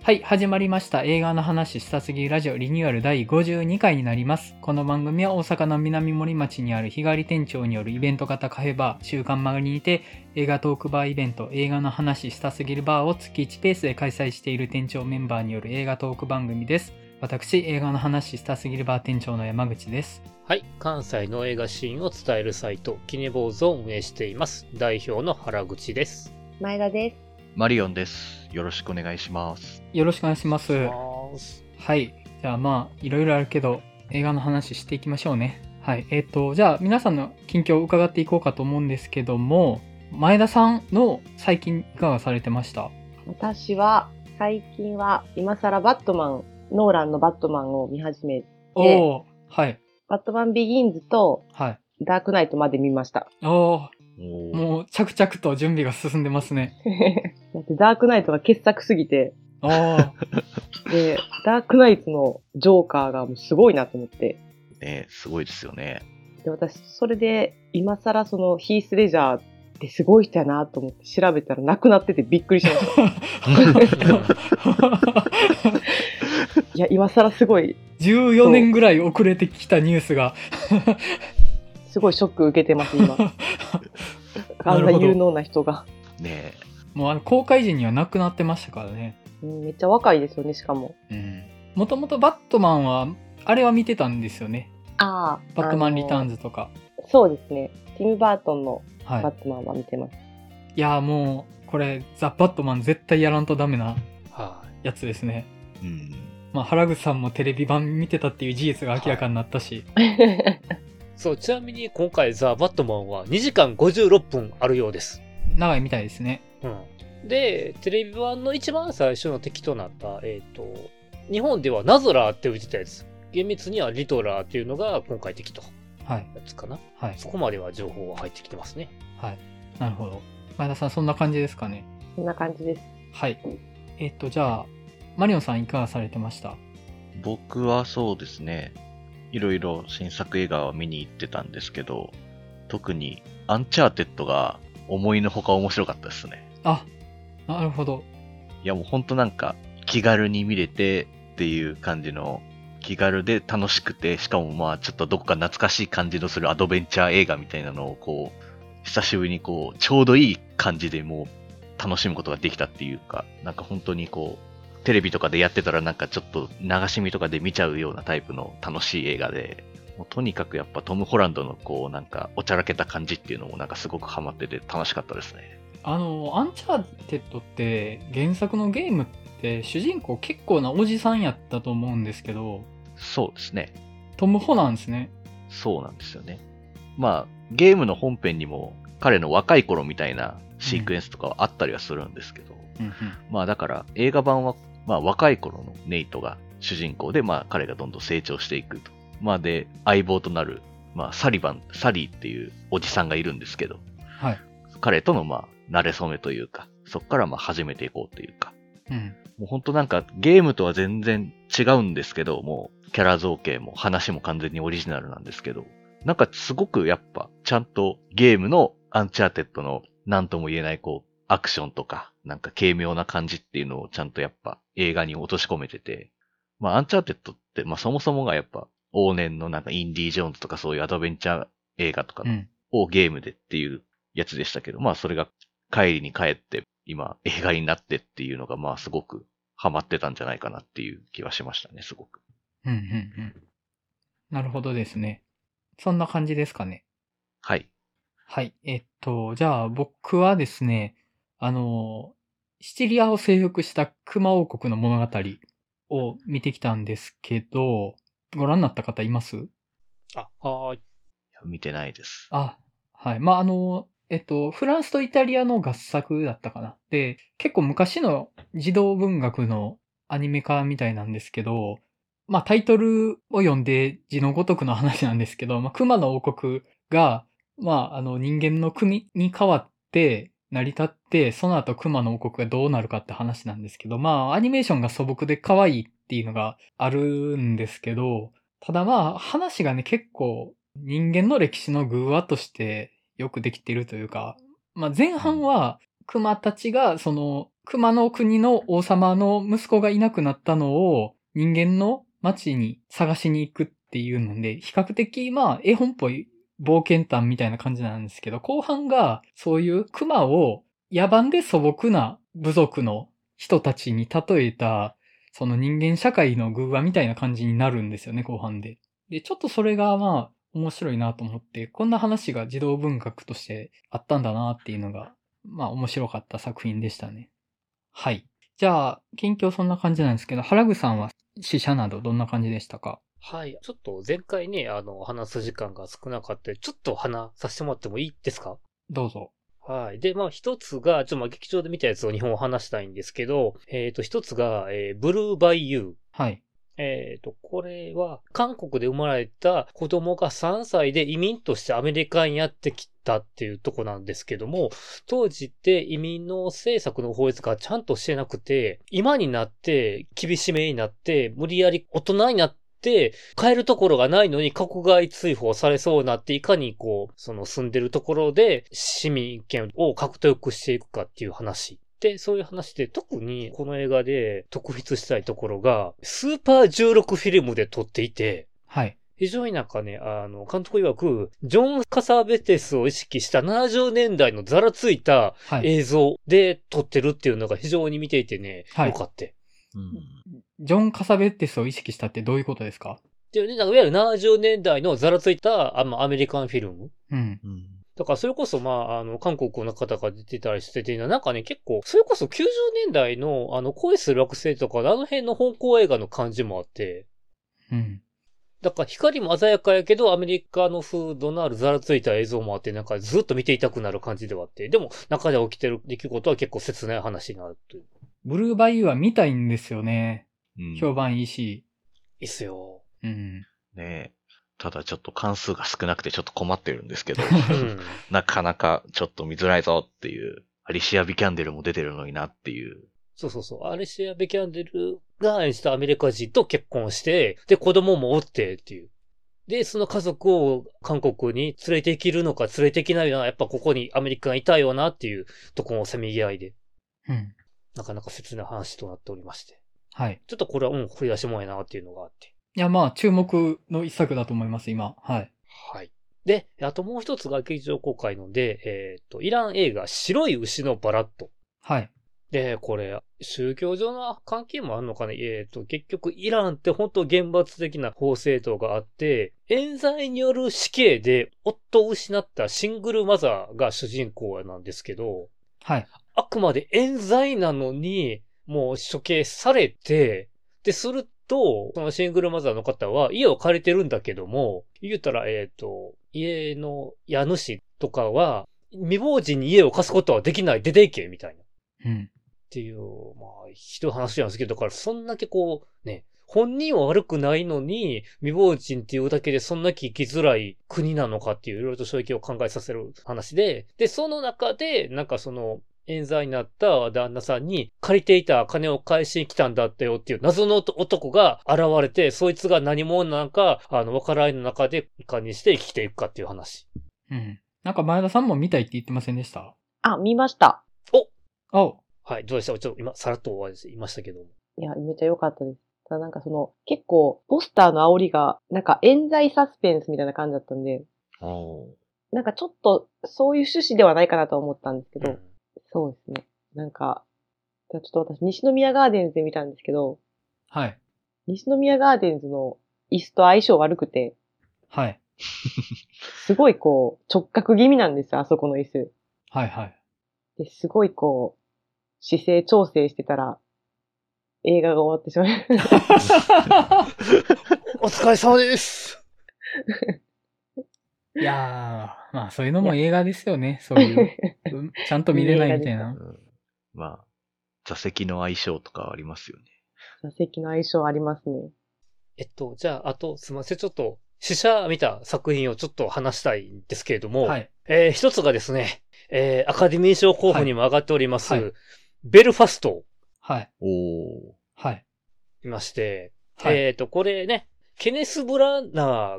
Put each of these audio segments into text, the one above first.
はい、始まりました。映画の話したすぎるラジオリニューアル第52回になります。この番組は大阪の南森町にある日帰り店長によるイベント型カフェバー、週刊曲がりにて映画トークバーイベント、映画の話したすぎるバーを月1ペースで開催している店長メンバーによる映画トーク番組です。私、映画の話したすぎるバー店長の山口です。 はい、関西の映画シーンを伝えるサイト、キネボーズを運営しています。代表の原口です。 前田です。 マリオンです。よろしくお願いします。 よろしくお願いします。はい。じゃあいろいろあるけど、映画の話していきましょうね。はい。じゃあ皆さんの近況を伺っていこうかと思うんですけども、前田さんの最近いかがされてました？ 私は、最近は今更ノーランのバットマンを見始めて、 はい。 バットマンビギンズと、 はい。 ダークナイトまで見ました。 もう着々と準備が進んでますね。 だってダークナイトが傑作すぎて、で、ダークナイトのジョーカーがもうすごいなと思って。 ね、すごいですよね。 で、私、それで、今更そのヒース・レジャーってすごい人やなと思って調べたら亡くなっててびっくりしました。いや、今更すごい。 14年ぐらい遅れてきたニュースが。 すごいショック受けてます、今。あんな有能な人が。 ねえ。 もう公開時には亡くなってましたからね。 めっちゃ若いですよね、しかも。 もともとバットマンは、あれは見てたんですよね。 バットマンリターンズとか。 そうですね。ティム・バートンのバットマンは見てます。 いや、もう、これ、ザ・バットマン絶対やらんとダメなやつですね。原口さんもテレビ版見てたっていう事実が明らかになったし。 そう、ちなみに今回ザ・バットマンは2時間56分あるようです。 長いみたいですね。 で、テレビ版の一番最初の敵となった、日本ではナゾラーって言ってたやつ。厳密にはリトラーっていうのが今回敵と。やつかな。はい。そこまでは情報は入ってきてますね。 はい。なるほど。前田さん、そんな感じですかね。 そんな感じです。 はい。じゃあ、マリオンさんいかがされてました？ 僕はそうですね。いろいろ新作映画を見に行ってたんですけど、特にアンチャーテッドが思いのほか面白かったですね。 なるほど。 いやもうほんとなんか気軽に見れてっていう感じの、気軽で楽しくて、しかもちょっとどこか懐かしい感じのするアドベンチャー映画みたいなのを久しぶりにちょうどいい感じでもう楽しむことができたっていうか、なんか本当にテレビとかでやってたらなんかちょっと流し見とかで見ちゃうようなタイプの楽しい映画で、もうとにかくやっぱトム・ホランドのなんかおちゃらけた感じっていうのもなんかすごくハマってて楽しかったですね。 アンチャーテッドって原作のゲームって主人公結構なおじさんやったと思うんですけど。 そうですね。 トム・ホランですね。 そうなんですよね。ゲームの本編にも彼の若い頃みたいなシークエンスとかはあったりはするんですけど、だから映画版は若い頃のネイトが主人公で、彼がどんどん成長していくと。で、相棒となる、サリーっていうおじさんがいるんですけど、彼との慣れ初めというか、そこから始めていこうというか、もう本当なんかゲームとは全然違うんですけど、もうキャラ造形も話も完全にオリジナルなんですけど、なんかすごくやっぱちゃんとゲームのアンチャーテッドのなんとも言えないアクションとか、なんか軽妙な感じっていうのをちゃんとやっぱ映画に落とし込めてて、アンチャーテッドってそもそもがやっぱ往年のなんかインディ・ジョーンズとかそういうアドベンチャー映画とかをゲームでっていうやつでしたけど、それが帰りに帰って今映画になってっていうのがすごくハマってたんじゃないかなっていう気はしましたね、すごく。 なるほどですね。そんな感じですかね。 はい。 はい。じゃあ僕はですね、シチリアを征服した熊王国の物語を見てきたんですけど、ご覧になった方います？ はい。 見てないです。 はい。フランスとイタリアの合作だったかな。で、結構昔の児童文学のアニメ化みたいなんですけど、タイトルを読んで字のごとくの話なんですけど、熊の王国が、人間の国に変わって成り立って、その後熊の王国がどうなるかって話なんですけど、アニメーションが素朴で可愛いっていうのがあるんですけど、ただ話がね、結構人間の歴史の偶話としてよくできているというか、前半は熊たちが、熊の国の王様の息子がいなくなったのを人間の町に探しに行くっていうので、比較的絵本っぽい冒険譚みたいな感じなんですけど、後半がそういう熊を野蛮で素朴な部族の人たちに例えた、その人間社会の偶話みたいな感じになるんですよね、後半で。で、ちょっとそれが面白いなと思って、こんな話が児童文学としてあったんだなっていうのが、面白かった作品でしたね。はい。じゃあ、近況そんな感じなんですけど、原口さんは試写などどんな感じでしたか？ はい。ちょっと前回ね、話す時間が少なかったので、ちょっと話させてもらってもいいですか？ どうぞ。 はい。で、一つが、劇場で見たやつを2本話したいんですけど、一つが、ブルーバイユー。 はい。 これは、韓国で生まれた子供が3歳で移民としてアメリカにやってきたっていうとこなんですけども、当時って移民の政策の法律がちゃんとしてなくて、今になって厳しめになって、無理やり大人になって帰るところがないのに国外追放されそうになって、いかに住んでるところで市民権を獲得していくかっていう話。で、そういう話で、特にこの映画で特筆したいところが、スーパー16フィルムで撮っていて、 はい。 非常に監督曰く、ジョン・カサベテスを意識した70年代のざらついた映像で撮ってるっていうのが非常に見ていてね、良かった。 ジョン・カサベテスを意識したってどういうことですか？ っていうね、いわゆる70年代のざらついたアメリカンフィルム。だからそれこそ韓国の方が出てたりしてて、結構、それこそ90年代の恋する惑星とか、辺の香港映画の感じもあって。だから光も鮮やかやけど、アメリカの風土のあるざらついた映像もあって、ずっと見ていたくなる感じではあって、でも中で起きてる出来事は結構切ない話になるという。 ブルーバイユーは見たいんですよね。評判いいし。いいっすよ。 ねえ。ただちょっと関数が少なくてちょっと困ってるんですけど、なかなかちょっと見づらいぞっていう、アリシア・ビキャンデルも出てるのになっていう。 そう。アリシア・ビキャンデルが演じたアメリカ人と結婚して、で、子供もおってっていう。で、その家族を韓国に連れて行けるのか連れて行けないのは、やっぱここにアメリカがいたよなっていうところのせめぎ合いで。なかなか切ない話となっておりまして。 はい。 ちょっとこれは、振り出しもんやなっていうのがあって。 いや、注目の一作だと思います、今。はい。 はい。で、あともう一つが劇場公開ので、イラン映画、白い牛のバラット。 はい。 で、これ、宗教上の関係もあるのかね。結局、イランって本当厳罰的な法制度があって、冤罪による死刑で夫を失ったシングルマザーが主人公なんですけど、 はい。 あくまで冤罪なのに、もう処刑されて、で、すると、そのシングルマザーの方は家を借りてるんだけども、言うたら、家の家主とかは、未亡人に家を貸すことはできない、出ていけ、みたいな。っていう、ひどい話なんですけど、だからそんだけ本人は悪くないのに、未亡人っていうだけでそんな生きづらい国なのかっていういろいろと衝撃を考えさせる話で、で、その中で、冤罪になった旦那さんに借りていた金を返しに来たんだったよっていう謎の男が現れて、そいつが何者なのか、わからないの中でいかにして生きていくかっていう話。 前田さんも見たいって言ってませんでした？ 見ました。 はい、どうでした？ちょっと今、さらっと言いましたけど。 いや、めっちゃ良かったです。ただ結構、ポスターの煽りが、冤罪サスペンスみたいな感じだったんで、ちょっと、そういう趣旨ではないかなと思ったんですけど、そうですね。ちょっと私、西宮ガーデンズで見たんですけど、 はい。 西宮ガーデンズの椅子と相性悪くて、 はい。 すごい直角気味なんですよ、あそこの椅子。 はいはい。 で、すごい姿勢調整してたら、映画が終わってしまいました。 お疲れ様です。 いやー、そういうのも映画ですよね。そういう、ちゃんと見れないみたいな。 座席の相性とかありますよね。 座席の相性ありますね。 じゃあ、あと、すみません。ちょっと、試写見た作品をちょっと話したいんですけれども、 はい。 一つがですね、アカデミー賞候補にも上がっております、ベルファスト。 はい。 いまして、これね、ケネス・ブラナーが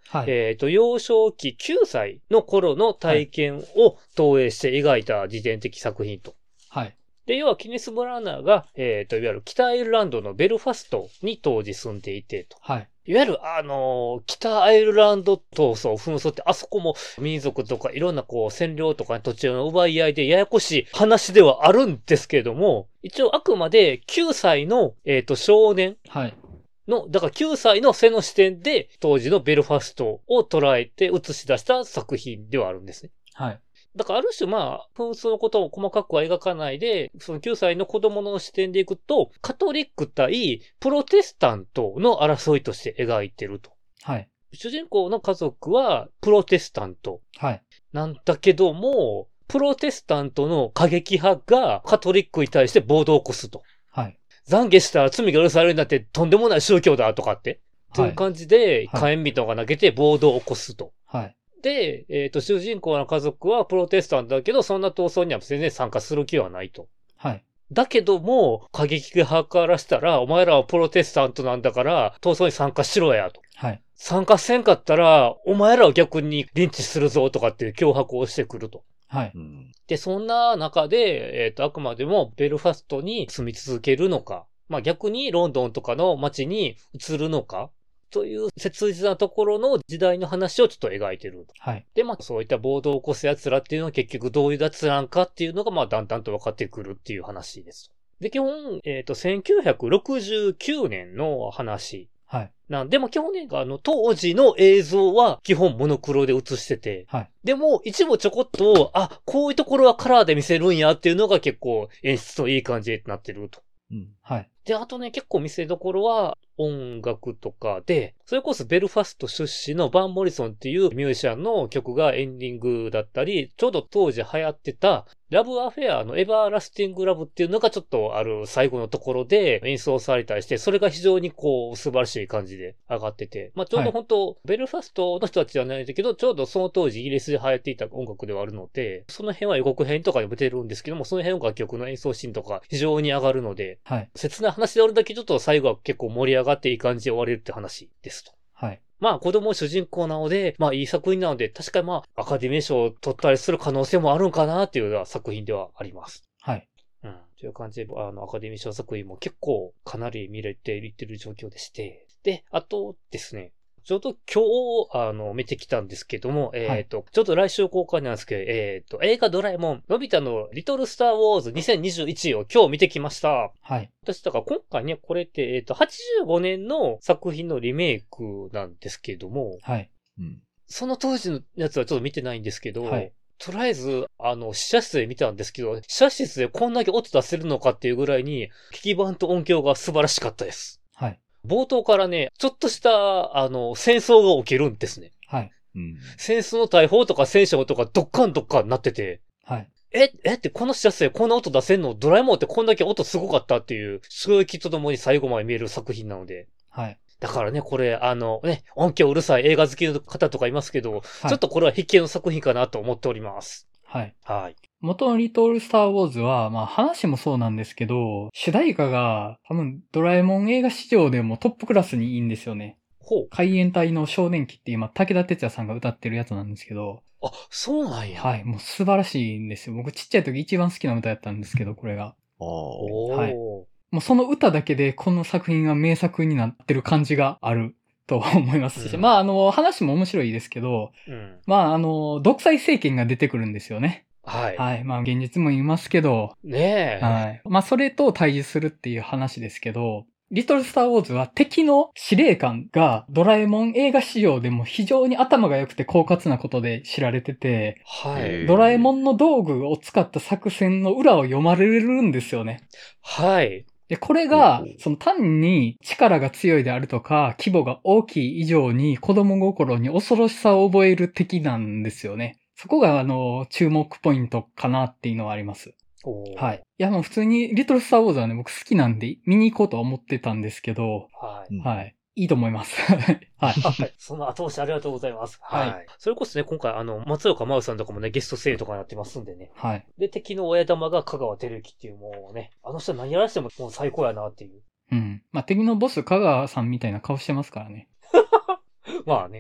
はい。 幼少期9歳の頃の体験を投影して描いた自伝的作品と。 はい。 で、要はケネス・ブラナーが、いわゆる北アイルランドのベルファストに当時住んでいてと。 はい。 いわゆる北アイルランド闘争、紛争って、あそこも民族とかいろんな占領とか土地の奪い合いでややこしい話ではあるんですけれども、一応あくまで9歳の、少年。 はい。 だから9歳の背の視点で当時のベルファストを捉えて映し出した作品ではあるんですね。 はい。 だからある種紛争のことを細かくは描かないで、その9歳の子供の視点でいくと、カトリック対プロテスタントの争いとして描いてると。 はい。 主人公の家族はプロテスタント。 はい。 なんだけども、プロテスタントの過激派がカトリックに対して暴動を起こすと。 はい。 懺悔したら罪が許されるんだってとんでもない宗教だとかって。という感じで、火炎人が投げて暴動を起こすと。 はい。 で、主人公の家族はプロテスタントだけど、そんな闘争には全然参加する気はないと。 はい。 だけども、過激派からしたら、お前らはプロテスタントなんだから、闘争に参加しろやと。 はい。 参加せんかったら、お前らを逆にリンチするぞとかっていう脅迫をしてくると。 はい。 で、そんな中で、あくまでもベルファストに住み続けるのか、逆にロンドンとかの街に移るのか、という切実なところの時代の話をちょっと描いてる。 はい。 で、そういった暴動を起こす奴らっていうのは結局どういう奴らんかっていうのがだんだんと分かってくるっていう話です。で、基本、1969年の話。 はい。 でも基本ね、当時の映像は基本モノクロで映してて。 はい。 でも一部ちょこっと、こういうところはカラーで見せるんやっていうのが結構演出のいい感じになってると。 はい。 で、あとね、結構見せどころは音楽とかで、それこそベルファスト出身のバン・モリソンっていうミュージシャンの曲がエンディングだったり、ちょうど当時流行ってたラブアフェアのエバーラスティングラブっていうのがちょっとある最後のところで演奏されたりして、それが非常に素晴らしい感じで上がってて、ちょうど本当、ベルファストの人たちじゃないんだけど、ちょうどその当時イギリスで流行っていた音楽ではあるので、その辺は予告編とかにも出てるんですけども、その辺の楽曲の演奏シーンとか非常に上がるので、 はい。 切ない話であるだけちょっと最後は結構盛り上がっていい感じで終われるって話ですと。 はい。 子供主人公なので、いい作品なので、確かにアカデミー賞を取ったりする可能性もあるんかなっていうような作品ではあります。 はい。 という感じで、アカデミー賞作品も結構かなり見れていってる状況でして。で、あとですね、ちょうど今日、見てきたんですけども、ちょっと来週公開なんですけど、映画ドラえもん、のび太のリトルスターウォーズ2021を今日見てきました。 はい。 私、だから今回ね、これって、85年の作品のリメイクなんですけども、 はい。 その当時のやつはちょっと見てないんですけど、 はい。 とりあえず、試写室で見たんですけど、試写室でこんだけ音出せるのかっていうぐらいに、聞き板と音響が素晴らしかったです。 はい。 冒頭からね、ちょっとした、戦争が起きるんですね。 はい。 戦争の大砲とか戦車とかドッカンドッカンなってて、 はい。 ってこの試写室でこんな音出せんの？ドラえもんってこんだけ音すごかったっていう、衝撃とともに最後まで見える作品なので。 はい。 だからね、これ、音響うるさい映画好きの方とかいますけど、はい、ちょっとこれは必見の作品かなと思っております。 はい。 はい。 元のリトルスターウォーズは、話もそうなんですけど、主題歌が多分ドラえもん映画史上でもトップクラスにいいんですよね。海援隊の少年期って今、武田鉄矢さんが歌ってるやつなんですけど。 あ、そうなんや。 はい。もう素晴らしいんですよ。僕ちっちゃい時一番好きな歌やったんですけど、これが。はい。もうその歌だけでこの作品は名作になってる感じがあると思いますし。話も面白いですけど、独裁政権が出てくるんですよね。 はい。 はい。現実も言いますけど。 ねえ。はい。それと対峙するっていう話ですけど、リトルスターウォーズは敵の司令官がドラえもん映画史上でも非常に頭が良くて狡猾なことで知られてて、 はい。 ドラえもんの道具を使った作戦の裏を読まれるんですよね。 はい。 で、これが、単に力が強いであるとか、規模が大きい以上に子供心に恐ろしさを覚える敵なんですよね。そこが、注目ポイントかなっていうのはあります。はい。いや、もう普通に、リトルスターウォーズはね、僕好きなんで、見に行こうとは思ってたんですけど、 はい。 はい。いいと思います。はい。 その後押しありがとうございます。 はい。 それこそね、今回松岡真央さんとかもね、ゲスト声優とかになってますんでね。 はい。 で、敵の親玉が香川照之っていうもうね、あの人何やらしてももう最高やなっていう。 うん。敵のボス香川さんみたいな顔してますからね。 まあね。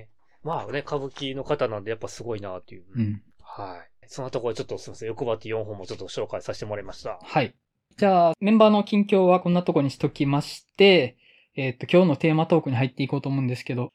まあね、歌舞伎の方なんでやっぱすごいなっていう。 うん。 はい。そのところちょっとすみません。欲張って4本もちょっと紹介させてもらいました。 はい。じゃあ、メンバーの近況はこんなとこにしときまして、今日のテーマトークに入っていこうと思うんですけど、